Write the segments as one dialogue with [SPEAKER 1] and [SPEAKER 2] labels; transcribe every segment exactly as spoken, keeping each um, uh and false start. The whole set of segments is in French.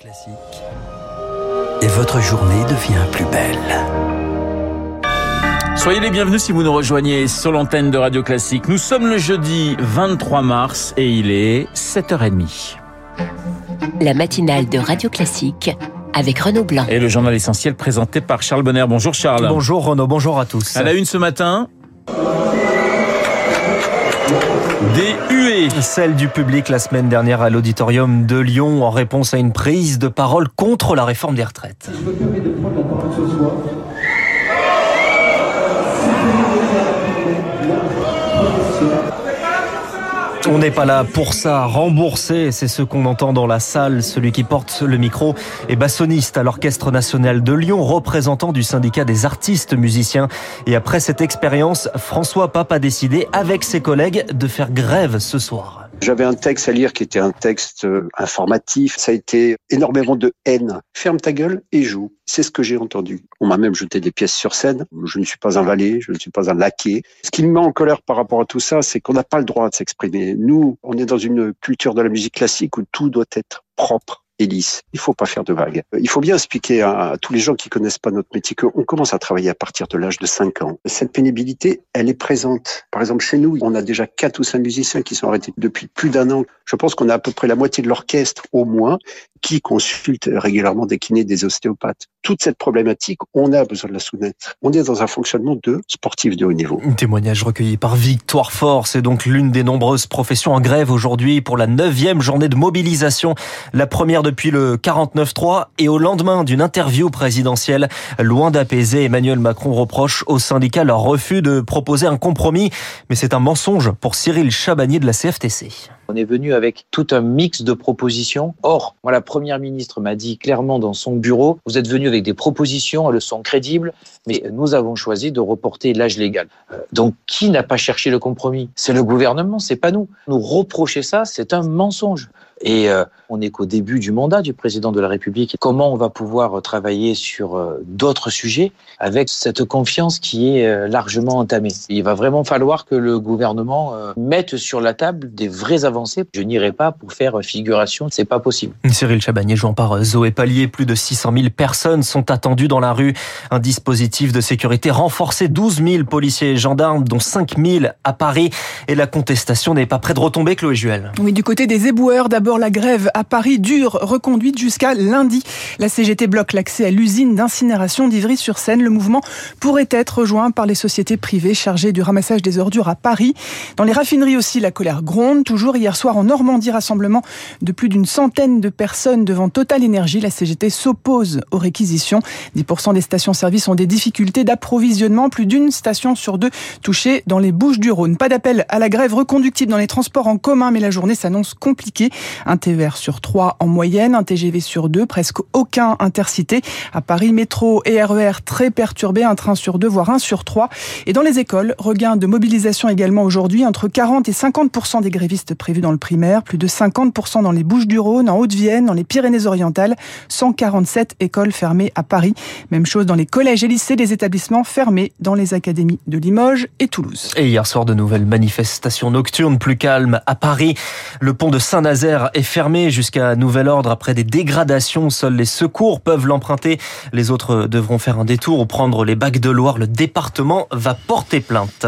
[SPEAKER 1] Classique. Et votre journée devient plus belle.
[SPEAKER 2] Soyez les bienvenus si vous nous rejoignez sur l'antenne de Radio Classique. Nous sommes le jeudi vingt-trois mars et il est sept heures trente.
[SPEAKER 3] La matinale de Radio Classique avec Renaud Blanc.
[SPEAKER 2] Et le journal essentiel présenté par Charles Bonner. Bonjour Charles.
[SPEAKER 4] Bonjour Renaud, bonjour à tous.
[SPEAKER 2] À la une ce matin, des huées.
[SPEAKER 4] Celle du public la semaine dernière à l'auditorium de Lyon en réponse à une prise de parole contre la réforme des retraites.
[SPEAKER 5] Je me permets de prendre la parole ce soir.
[SPEAKER 4] On n'est pas là pour ça, rembourser, c'est ce qu'on entend dans la salle. Celui qui porte le micro est bassoniste à l'Orchestre National de Lyon, représentant du syndicat des artistes musiciens. Et après cette expérience, François Pape a décidé, avec ses collègues, de faire grève ce soir.
[SPEAKER 6] J'avais un texte à lire qui était un texte informatif. Ça a été énormément de haine. Ferme ta gueule et joue. C'est ce que j'ai entendu. On m'a même jeté des pièces sur scène. Je ne suis pas un valet, je ne suis pas un laquais. Ce qui me met en colère par rapport à tout ça, c'est qu'on n'a pas le droit de s'exprimer. Nous, on est dans une culture de la musique classique où tout doit être propre et lisse. Il faut pas faire de vagues. Il faut bien expliquer à, à tous les gens qui connaissent pas notre métier qu'on commence à travailler à partir de l'âge de cinq ans. Cette pénibilité, elle est présente. Par exemple, chez nous, on a déjà quatre ou cinq musiciens qui sont arrêtés depuis plus d'un an. Je pense qu'on a à peu près la moitié de l'orchestre, au moins, qui consultent régulièrement des kinés, des ostéopathes. Toute cette problématique, on a besoin de la soumettre. On est dans un fonctionnement de sportif de haut niveau.
[SPEAKER 4] Un témoignage recueilli par Victoire Fort, c'est donc l'une des nombreuses professions en grève aujourd'hui pour la neuvième journée de mobilisation. La première depuis le quarante-neuf trois et au lendemain d'une interview présidentielle. Loin d'apaiser, Emmanuel Macron reproche aux syndicats leur refus de proposer un compromis. Mais c'est un mensonge pour Cyril Chabagnier de la C F T C.
[SPEAKER 7] On est venu avec tout un mix de propositions. Or, moi, la Première ministre m'a dit clairement dans son bureau, vous êtes venu avec des propositions, elles sont crédibles, mais nous avons choisi de reporter l'âge légal. Donc, qui n'a pas cherché le compromis ? C'est le gouvernement, c'est pas nous. Nous reprocher ça, c'est un mensonge. Et euh, on n'est qu'au début du mandat du président de la République. Comment on va pouvoir travailler sur euh, d'autres sujets avec cette confiance qui est euh, largement entamée ? Il va vraiment falloir que le gouvernement euh, mette sur la table des vraies avancées. Je n'irai pas pour faire figuration, c'est pas possible.
[SPEAKER 4] Cyril Chabagnier, jouant par Zoé Pallier, plus de six cent mille personnes sont attendues dans la rue. Un dispositif de sécurité renforcé, douze mille policiers et gendarmes, dont cinq mille à Paris. Et la contestation n'est pas près de retomber, Chloé Juel.
[SPEAKER 8] Oui, du côté des éboueurs, d'abord la grève à Paris dure, reconduite jusqu'à lundi. La C G T bloque l'accès à l'usine d'incinération d'Ivry-sur-Seine. Le mouvement pourrait être rejoint par les sociétés privées chargées du ramassage des ordures à Paris. Dans les raffineries aussi, la colère gronde. Toujours hier soir en Normandie, rassemblement de plus d'une centaine de personnes devant Total Énergie. La C G T s'oppose aux réquisitions. dix pour cent des stations-service ont des difficultés d'approvisionnement. Plus d'une station sur deux touchée dans les Bouches-du-Rhône. Pas d'appel à la grève reconductible dans les transports en commun, mais la journée s'annonce compliquée. Un T E R sur trois en moyenne, un T G V sur deux, presque aucun intercité. À Paris, métro et R E R très perturbés, un train sur deux, voire un sur trois. Et dans les écoles, regain de mobilisation également aujourd'hui, entre quarante et cinquante pour cent des grévistes prévus dans le primaire, plus de cinquante pour cent dans les Bouches-du-Rhône, en Haute-Vienne, dans les Pyrénées-Orientales, cent quarante-sept écoles fermées à Paris. Même chose dans les collèges et lycées, des établissements fermés dans les académies de Limoges et Toulouse.
[SPEAKER 4] Et hier soir, de nouvelles manifestations nocturnes plus calmes à Paris. Le pont de Saint-Nazaire est fermé jusqu'à nouvel ordre après des dégradations. Seuls les secours peuvent l'emprunter. Les autres devront faire un détour ou prendre les bacs de Loire. Le département va porter plainte.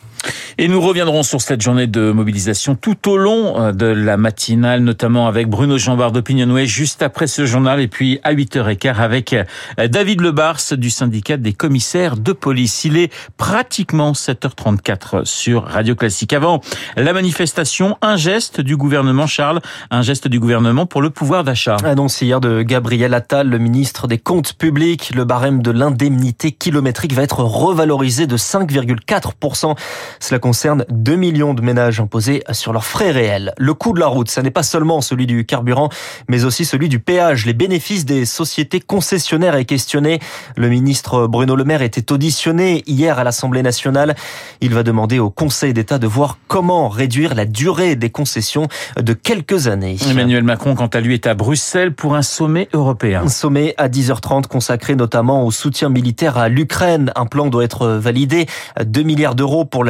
[SPEAKER 2] Et nous reviendrons sur cette journée de mobilisation tout au long de la matinale, notamment avec Bruno Jambard d'Opinionway, juste après ce journal, et puis à huit heures quinze avec David Lebars du syndicat des commissaires de police. Il est pratiquement sept heures trente-quatre sur Radio Classique. Avant la manifestation, un geste du gouvernement, Charles, un geste du gouvernement pour le pouvoir d'achat.
[SPEAKER 4] Annoncé hier de Gabriel Attal, le ministre des Comptes publics, le barème de l'indemnité kilométrique va être revalorisé de cinq virgule quatre pour cent. Cela concerne deux millions de ménages imposés sur leurs frais réels. Le coût de la route, ça n'est pas seulement celui du carburant, mais aussi celui du péage. Les bénéfices des sociétés concessionnaires est questionné. Le ministre Bruno Le Maire était auditionné hier à l'Assemblée nationale. Il va demander au Conseil d'État de voir comment réduire la durée des concessions de quelques années.
[SPEAKER 2] Emmanuel Macron, quant à lui, est à Bruxelles pour un sommet européen.
[SPEAKER 4] Un sommet à dix heures trente consacré notamment au soutien militaire à l'Ukraine. Un plan doit être validé. deux milliards d'euros pour la livraison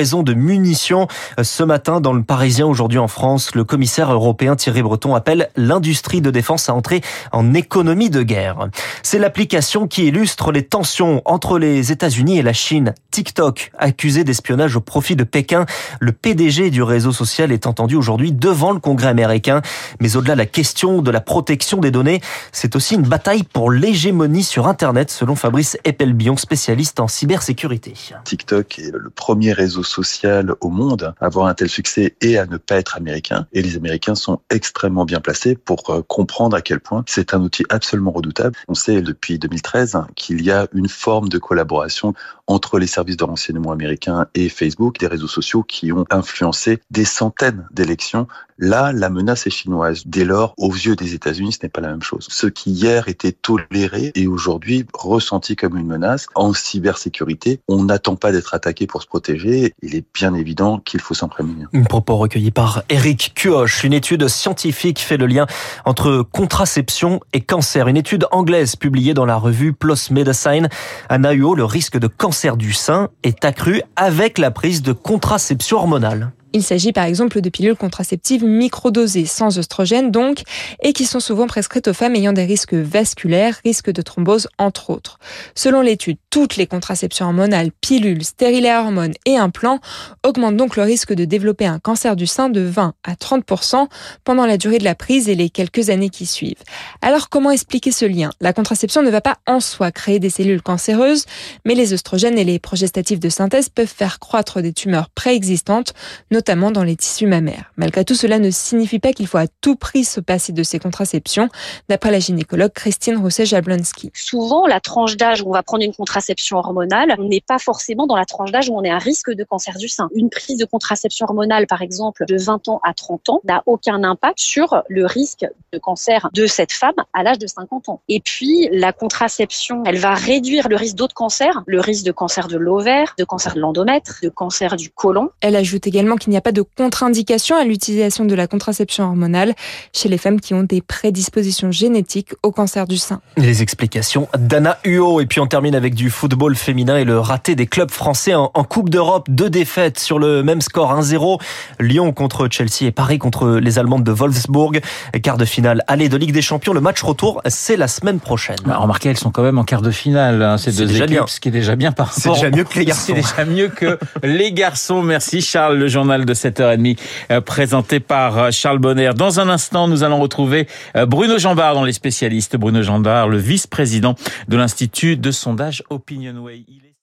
[SPEAKER 4] livraison de munitions. Ce matin, dans le Parisien, aujourd'hui en France, le commissaire européen Thierry Breton appelle l'industrie de défense à entrer en économie de guerre. C'est l'application qui illustre les tensions entre les États-Unis et la Chine. TikTok, accusé d'espionnage au profit de Pékin. Le P D G du réseau social est entendu aujourd'hui devant le Congrès américain. Mais au-delà de la question de la protection des données, c'est aussi une bataille pour l'hégémonie sur Internet, selon Fabrice Epelbion, spécialiste en cybersécurité.
[SPEAKER 9] TikTok est le premier réseau social au monde à avoir un tel succès et à ne pas être américain. Et les Américains sont extrêmement bien placés pour comprendre à quel point c'est un outil absolument redoutable. On sait depuis deux mille treize qu'il y a une forme de collaboration entre les services de renseignement américains et Facebook, des réseaux sociaux qui ont influencé des centaines d'élections. Là, la menace est chinoise. Dès lors, aux yeux des États-Unis, ce n'est pas la même chose. Ce qui hier était toléré est aujourd'hui ressenti comme une menace. En cybersécurité, on n'attend pas d'être attaqué pour se protéger. Il est bien évident qu'il faut s'en prémunir.
[SPEAKER 4] Un propos recueilli par Éric Cuoche. Une étude scientifique fait le lien entre contraception et cancer. Une étude anglaise publiée dans la revue PLOS Medicine. Anna Huot, le risque de cancer du sein est accru avec la prise de contraception hormonale.
[SPEAKER 10] Il s'agit par exemple de pilules contraceptives microdosées, sans œstrogènes donc, et qui sont souvent prescrites aux femmes ayant des risques vasculaires, risques de thrombose entre autres. Selon l'étude, toutes les contraceptions hormonales, pilules, stérilets à hormones et implants augmentent donc le risque de développer un cancer du sein de vingt à trente pour cent pendant la durée de la prise et les quelques années qui suivent. Alors comment expliquer ce lien ? La contraception ne va pas en soi créer des cellules cancéreuses, mais les œstrogènes et les progestatifs de synthèse peuvent faire croître des tumeurs préexistantes, notamment dans les tissus mammaires. Malgré tout, cela ne signifie pas qu'il faut à tout prix se passer de ces contraceptions, d'après la gynécologue Christine Rousset-Jablonski.
[SPEAKER 11] Souvent, la tranche d'âge où on va prendre une contraception hormonale, on n'est pas forcément dans la tranche d'âge où on est à risque de cancer du sein. Une prise de contraception hormonale, par exemple, de vingt ans à trente ans, n'a aucun impact sur le risque de cancer de cette femme à l'âge de cinquante ans. Et puis, la contraception, elle va réduire le risque d'autres cancers, le risque de cancer de l'ovaire, de cancer de l'endomètre, de cancer du côlon.
[SPEAKER 10] Elle ajoute également qu'il n'y a pas de contre-indication à l'utilisation de la contraception hormonale chez les femmes qui ont des prédispositions génétiques au cancer du sein.
[SPEAKER 4] Les explications d'Anna Huot. Et puis on termine avec du football féminin et le raté des clubs français en, en Coupe d'Europe. Deux défaites sur le même score, un zéro. Lyon contre Chelsea et Paris contre les Allemandes de Wolfsburg. Quart de finale aller de Ligue des Champions. Le match retour, c'est la semaine prochaine.
[SPEAKER 2] Bah, remarquez, elles sont quand même en quart de finale, hein, ces deux équipes, bien. Ce qui est déjà bien par rapport.
[SPEAKER 4] C'est déjà mieux que les garçons.
[SPEAKER 2] C'est déjà mieux que les garçons. Merci Charles, le journal de sept heures trente euh, présenté par Charles Bonner. Dans un instant, nous allons retrouver euh, Bruno Jambard dans les spécialistes. Bruno Jambard, le vice-président de l'Institut de sondage Opinionway. Il est